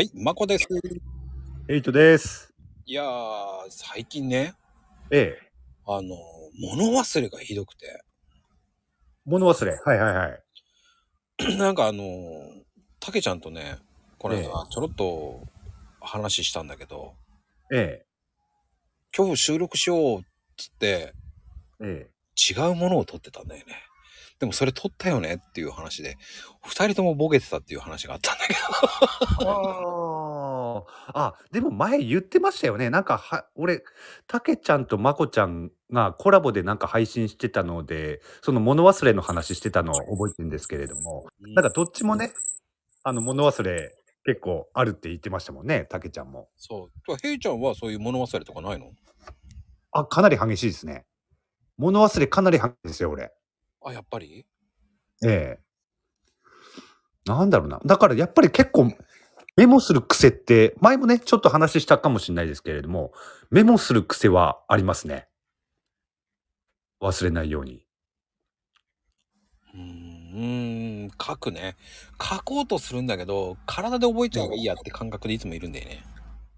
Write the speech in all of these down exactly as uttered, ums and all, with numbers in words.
はい、まこです。 エイトです。 いやー、最近ね、 ええ。 あの、物忘れがひどくて。 物忘れ。はいはいはい。 なんかあの、たけちゃんとね、この間ええ。 ちょろっと話したんだけど、 ええ。 今日収録しようっつって、 ええ。 違うものを撮ってたんだよね。でもそれ撮ったよねっていう話で、二人ともボケてたっていう話があったんだけああ。あ、でも前言ってましたよね。なんか、は俺、たけちゃんとまこちゃんがコラボでなんか配信してたので、その物忘れの話してたのを覚えてるんですけれども、 ど。うん、 なんかどっちもね、あの物忘れ結構あるって言ってましたもんね、たけちゃんも。 そう。へいちゃんはそういう物忘れとかないの？ あ、かなり激しいですね。物忘れかなり激しいですよ、俺。 あ、やっぱり。 ええ。なんだろうな。だからやっぱり結構メモする癖って、前もね、ちょっと話したかもしれないですけれども、メモする癖はありますね。忘れないように。 うーん、書くね。書こうとするんだけど、体で覚えちゃえばいいやって感覚でいつもいるんだよね。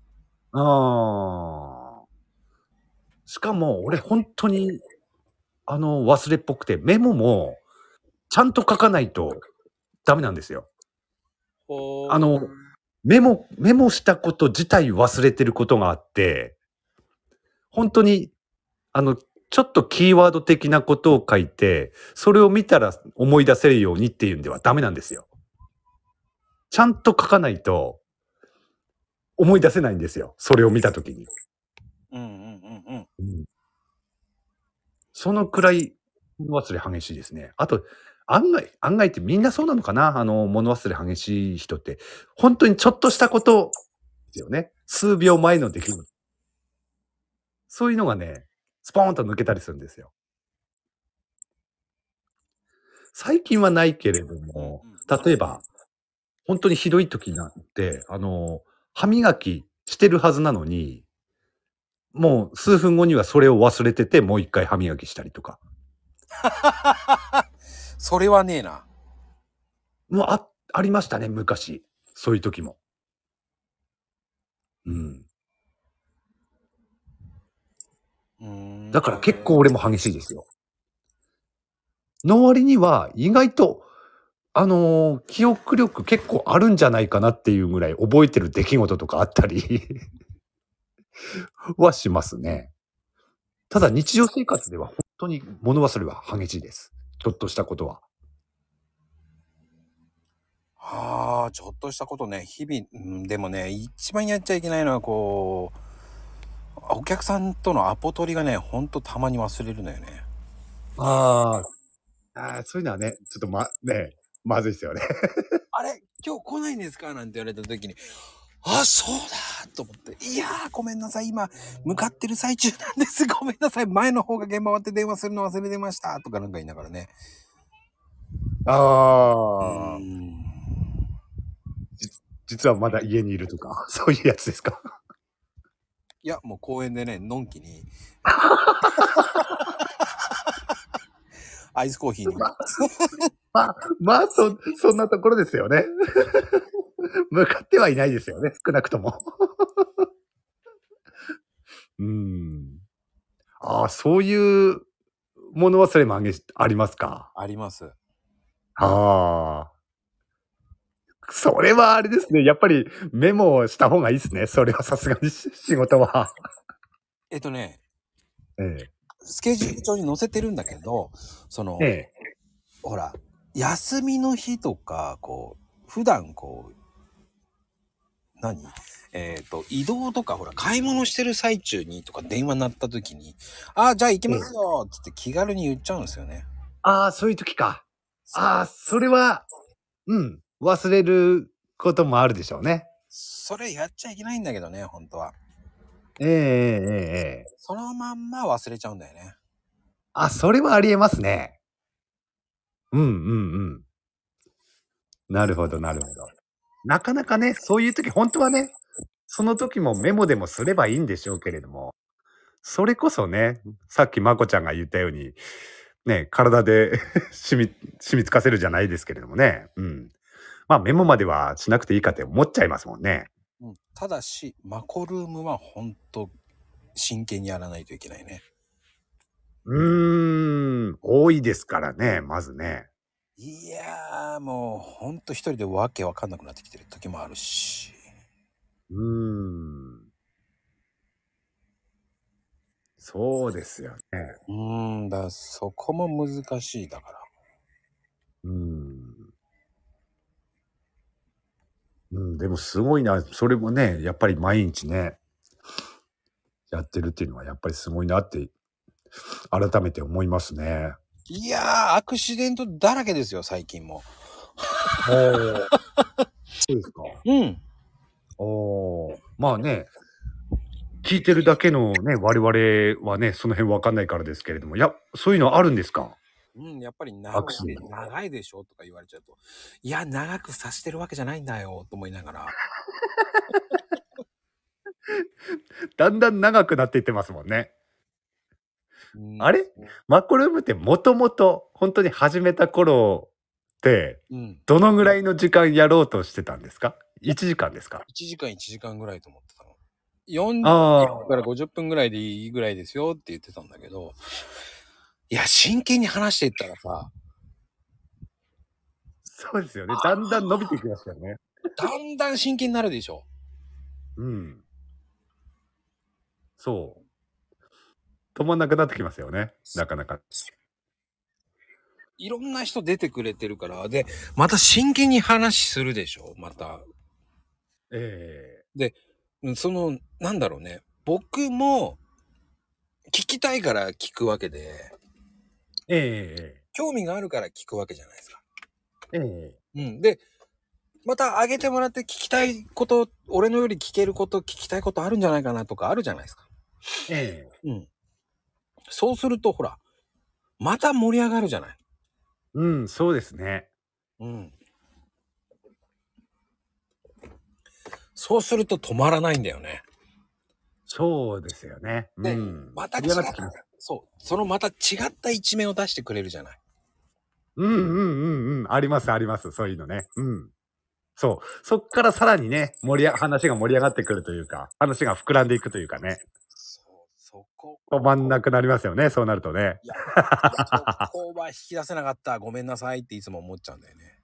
ああ。しかも、俺ほんとに、あの、忘れっぽくて、メモもちゃんと書かないとダメなんですよ。 ほう。 あの、メモメモしたこと自体忘れてることがあって、ほんとに、あの、ちょっとキーワード的なことを書いて、それを見たら思い出せるようにっていうんではダメなんですよ。ちゃんと書かないと思い出せないんですよ。それを見たときに。 うんうんうんうん。 うん。そのくらい物忘れ激しいですね。あと、案外案外ってみんなそうなのかな、あの、物忘れ激しい人って。ほんとにちょっとしたことですよね。数秒前の出来事。そういうのがね、スポーンと抜けたりするんですよ。最近はないけれどうんも、 うん例えば、ほんとにひどい時なんて、あの、歯磨きしてるはずなのに、もう数分後にはそれを忘れてて、もう一回歯磨きしたりとか。 それはねえな。 もう、あありましたね、昔。そういう時も。うん。 うーん。 だから結構俺も激しいですよ。の割には、意外と、あの、記憶力結構あるんじゃないかなっていうぐらい覚えてる出来事とかあったりはしますね。ただ日常生活ではほんとに物忘れは激しいです。ちょっとしたことは。 はあ、ちょっとしたことね、日々、うん、でもね、一番やっちゃいけないのはこう、お客さんとのアポ取りがね、ほんとたまに忘れるのよね。 ああ、ああ、そういうのはね、ちょっとまね、まずいっすよね。 あれ、今日来ないんですかなんて言われた時に、あ、そうだと思って、いやー、ごめんなさい、今、向かってる最中なんです。ごめんなさい、前の方が現場終わって電話するの忘れてました。とかなんか言いながらね。うああ、 ーん。 じ実はまだ家にいるとか、そういうやつですか？ いや、もう公園でね、のんきにアイスコーヒー飲んで。 まままあ、そそんなところですよね。向かってはいないですよね、少なくとも。うーん。ああ、そういう物忘れもあげありますか？ あります。 ああ。それはあれですね、やっぱりメモをした方がいいっすね。それはさすがにし仕事は。 えっとね、 ええ。 スケジュール帳に載せてるんだけど、その、 ええ。 ほら、休みの日とか、こう、普段こう、何えっと、移動とか、ほら、買い物してる最中にとか電話鳴った時に、ああ、じゃあ行きええ。 ますよつって気軽に言っちゃうんですよね。 ああ、そういう時か。 そう。 ああ、それは、うん、忘れることもあるでしょうね。 それやっちゃいけないんだけどね、本当は。 ええええええええ。 そのまんま忘れちゃうんだよね。 あ、それはありえますね。うんうんうん。なるほどなるほど。なかなかね、そういう時ほんとはね、その時もメモでもすればいいんでしょうけれども、それこそね、さっきまこちゃんが言ったように、ね、体で染み染み付かせるじゃないですけれどもね。うん。まあ、メモまではしなくていいかって思っちゃいますもんね。 うん、ただしマコルームは本当真剣にやらないといけないね。 うーん、多いですからね、まずね。 いやーもうほんと一人でわけわかんなくなってきてる時もあるし。 うーん。そうですよね。 うーん、だそこも難しいだから。 うーん。うん、でもすごいな。それもね、やっぱり毎日ね、やってるっていうのはやっぱりすごいなって改めて思いますね。 いやー、アクシデントだらけですよ、最近も。 おお。そうですか。 うん。 おお。まあね、聞いてるだけのね、我々はね、その辺わかんないからですけれども、いや、そういうのあるんですか？ うん、やっぱり長いでアクシデント。 長いでしょとか言われちゃうと、いや、長くさしてるわけじゃないんだよと思いながら。 だんだん長くなっていってますもんね。 うん。 あれ？マコルームってもともと本当に始めた頃って、 うん。 どのぐらいの時間やろうとしてたんですか？いちじかんですか？ いちじかんいちじかんぐらいと思ってたの。よんじゅっぷんああ。 からごじゅっぷんぐらいでいいぐらいですよって言ってたんだけど、いや、真剣に話していったらさ、 そうですよね。だんだん伸びていきますよね。 だんだん真剣になるでしょ。 うん。そう。止まんなくなってきますよね。なかなか。 いろんな人出てくれてるから、で、また真剣に話するでしょ、また。 ええ。 で、うんその、なんだろうね。僕も聞きたいから聞くわけで、 ええ興味があるから聞くわけじゃないですか。 ええ。ええ。 うん。で、また上げてもらって聞きたいこと、俺のより聞けること、聞きたいことあるんじゃないかなとかあるじゃないですか。 ええ。 うん。そうすると、ほら、また盛り上がるじゃない。 うん、そうですね。 うん。そうすると止まらないんだよね。 そうですよね。うで、 ん。 また違っ盛り上がってきます。 た、そう、そのまた違った一面を出してくれるじゃない。 うんうんうんうん。ありますあります。そういうのね。うん。そう。そっからさらにね、盛りあ話が盛り上がってくるというか、話が膨らんでいくというかね。 そう、そこ。 止まんなくなりますよね、そうなるとね。 いや、そこは引き出せなかった。ごめんなさいっていつも思っちゃうんだよね。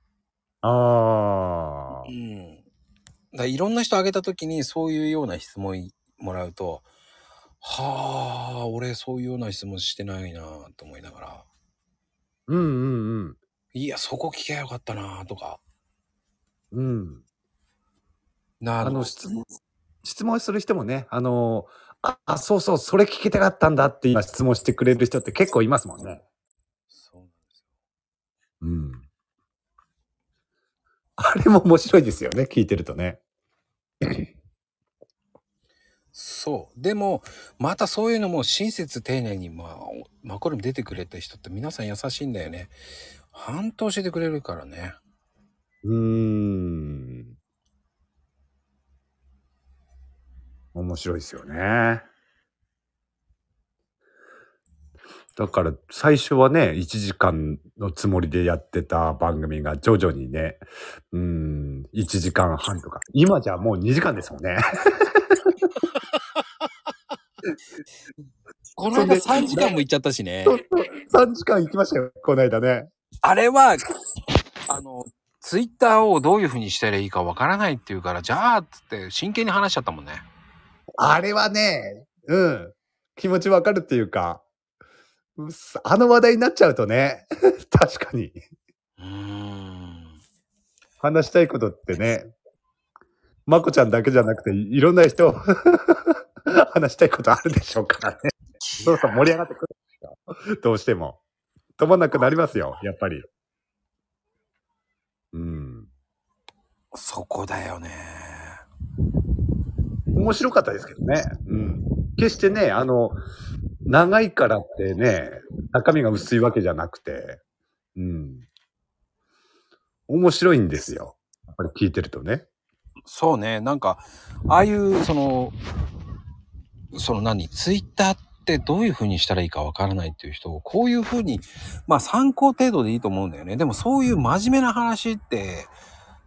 ああ。 うん。だからいろんな人あげたときにそういうような質問いもらうと、はあ、俺そういうような質問してないなと思いながら、 うんうんうん。 いや、そこ聞けばよかったなとか、 うん。 なの。 あの、質問質問する人もね、あの、ああ、そうそう、それ聞きたかったんだって今質問してくれる人って結構いますもんね。 そうなんですよ。 うん。あれも面白いですよね、聞いてるとね。 そう。でも、またそういうのも親切丁寧に、まあ、マコルーム出てくれた人って皆さん優しいんだよね。半と教えてくれるからね。 うーん。面白いですよね。だから最初はね、いちじかんのつもりでやってた番組が徐々にね、うーん、いちじかんはんとか、今じゃもうにじかんですもんね。 この間そんで、 さんじかんも行っちゃったしね。 そうそう、さんじかん行きましたよ、こないだね。 あれは、あの、ツイッターをどういう風にしたらいいかわからないっていうから、じゃあ、つって真剣に話しちゃったもんね。 あれはね、うん、気持ちわかるっていうか、うすあの話題になっちゃうとね、確かにうーん。 話したいことってね、まこちゃんだけじゃなくて、いろんな人話したいことあるでしょうからね。そうそう、盛り上がってくるんですよ。どうしても。止まんなくなりますよ、やっぱり。うん。 そこだよね。 面白かったですけどね。うん。決してね、あの、長いからってね、中身が薄いわけじゃなくて、うん。面白いんですよ。やっぱり聞いてるとね。 そうね。なんか、ああいう、その、その何、ツイッターってどういう風にしたらいいかわからないっていう人を、こういう風に、まあ参考程度でいいと思うんだよね。でもそういう真面目な話って、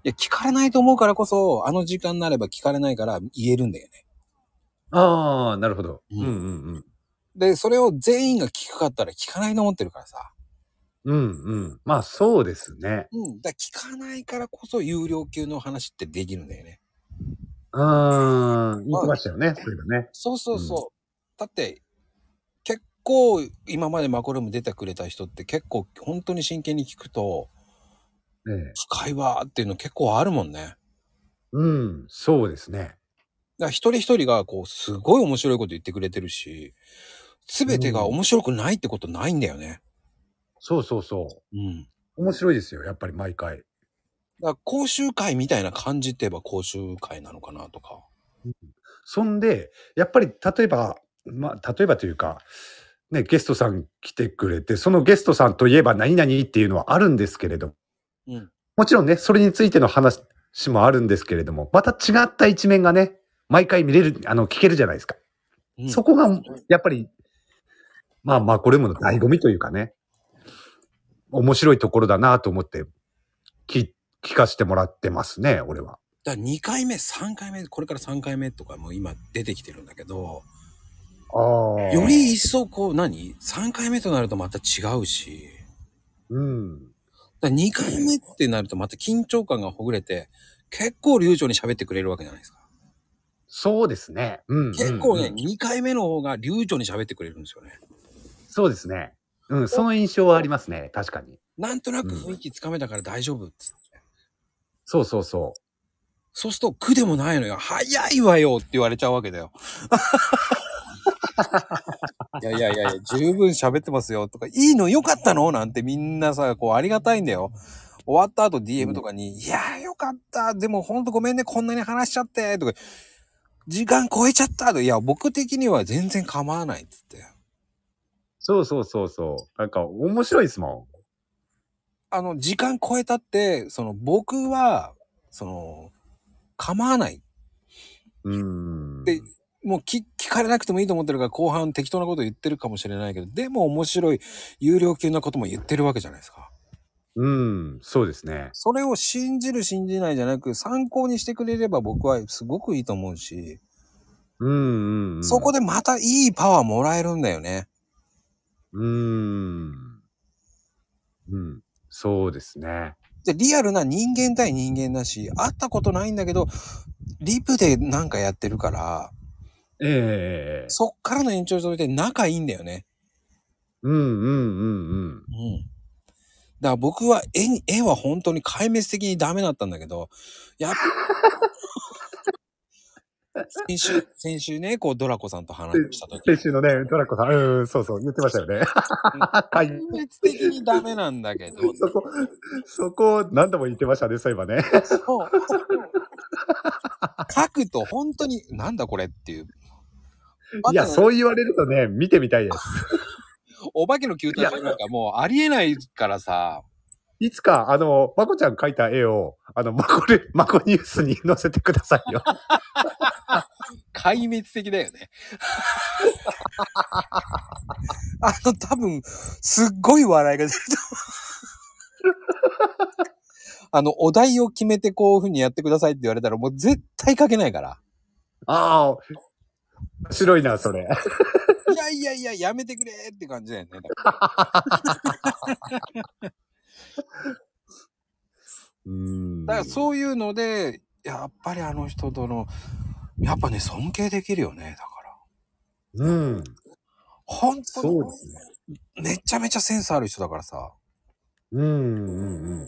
いや、聞かれないと思うからこそ、あの時間になれば聞かれないから言えるんだよね。 ああ、なるほど。 うんうんうんうん。 で、それを全員が聞くかったら聞かないと思ってるからさ。 うんうん。まあそうですね。 うん。だから聞かないからこそ有料級の話ってできるんだよね。 うーん。言ってまあ、 ましたよね。そういうのね。 そうそううん。 そう。だって、結構今までマコルーム出てくれた人って結構本当に真剣に聞くと、 ええ。 深いわーっていうの結構あるもんね。 うん。そうですね。 だから一人一人がこう、すごい面白いこと言ってくれてるし、すべてがうん。 面白くないってことないんだよね。 そうそうそうん。 う。面白いですよ。やっぱり毎回。 だから講習会みたいな感じって言えば講習会なのかなとか。 うん。そんで、やっぱり例えば、まあ、例えばというか、ね、ゲストさん来てくれて、そのゲストさんといえば何々っていうのはあるんですけれど、 うん。 もちろんね、それについての話もあるんですけれども、また違った一面がね、毎回見れる、あの、聞けるじゃないですか。 うん。 そこがやっぱり、まあまあ、これもの醍醐味というかね、面白いところだなと思って聞聞かしてもらってますね、俺は。 だからにかいめ、さんかいめ、これからさんかいめとかも今出てきてるんだけど、 あより一あ。 層こう何 ?さん 回目となるとまた違うし、 うん。 だからにかいめってなるとまた緊張感がほぐれて、結構流暢に喋ってくれるわけじゃないですか。 そうですね。うんうん結構ね、 うん。 にかいめの方が流暢に喋ってくれるんですよね。 そうですね。うん、その印象はありますね、確かに。 なんとなうん。 く雰囲気つかめたから大丈夫っつって。 そうそうそう。 そうすると苦でもないのよ。早いわよって言われちゃうわけだよ。いやいやいやいや、十分喋ってますよとか、いいのよかったのなんてみんなさ、こうありがたいんだよ。終わった後 ディーエムうん。 とかに、いやーよかった。でもほんとごめんね、こんなに話しちゃって。とか、時間超えちゃったと。いや、僕的には全然構わないっつって。 そうそうそうそう。なんか面白いですもあの、時間超えたって、その僕は、その、構わないっん。うーて、 ん。 もう聞聞かれなくてもいいと思ってるから後半適当なこと言ってるかもしれないけど、でも面白い、有料級なことも言ってるわけじゃないですか。 うん、そうですね。 それを信じる信じないじゃなく、参考にしてくれれば僕はすごくいいと思うし、 うんうんそこでまたいいパワーもらえるんだよね。 うん。うーん。うん。そうですね。 で、リアルな人間対人間だし、会ったことないんだけど、リプでなんかやってるから、 ええええええ。 そっからの延長上で仲いいんだよね。 うんうんうんうん。 うん。だから僕は絵に、絵は本当に壊滅的にダメだったんだけど、やっぱ先週、先週ね、こうドラコさんと話をした時に、 先週のね、トラコさん、うん、そうそう、言ってましたよね。 うん、 はい。 壊滅的にダメなんだけど、 そこ、そこ、何度も言ってましたね、そういえばね。 そう。書くと本当に、なんだこれっていう。 いや、 あと、 そう言われるとね、見てみたいです。 お化けの球いや、 体なんかもうありえないからさ、 いつか、あの、まこちゃん描いた絵を、あの、まこれ、まこニュースに載せてくださいよ。 壊滅的だよね。あの、多分、すっごい笑いが出ると思う。あの、お題を決めてこういう風にやってくださいって言われたらもう絶対書けないから。 ああ、面白いな、それ。 いやいやいや、やめてくれって感じだよね。だかうーん。 らそういうので、やっぱりあの人との、やっぱね、尊敬できるよね。だから。 うん。 本当に、 そうですね。 めちゃめちゃセンスある人だからさ。 うんうんうん。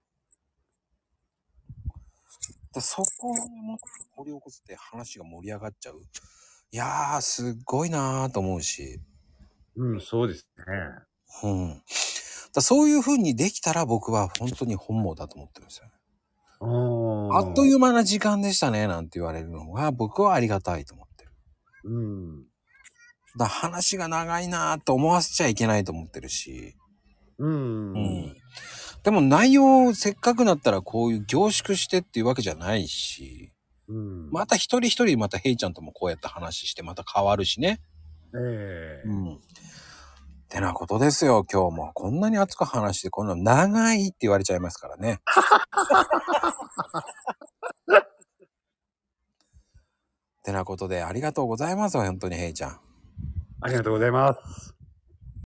でそこをもっと掘り起こすって話が盛り上がっちゃう。いやー、すっごいなーと思うし。 うん、そうですね。 うん。だそういう風にできたら僕は本当に本望だと思ってるんですよね。 ああっとあ。 いう間な時間でしたね、なんて言われるのが僕はありがたいと思ってる。 うん。 だ話が長いなーと思わせちゃいけないと思ってるし。 ううん。 ん。でも内容せっかくなったらこういう凝縮してっていうわけじゃないし。 うん。 また一人一人またヘイちゃんともこうやって話してまた変わるしね。 ええ。 うん。 てなことですよ、今日も。こんなに熱く話して、こんな長いって言われちゃいますからね。てなことで、ありがとうございます。本当に、ヘイちゃん。 ありがとうございます。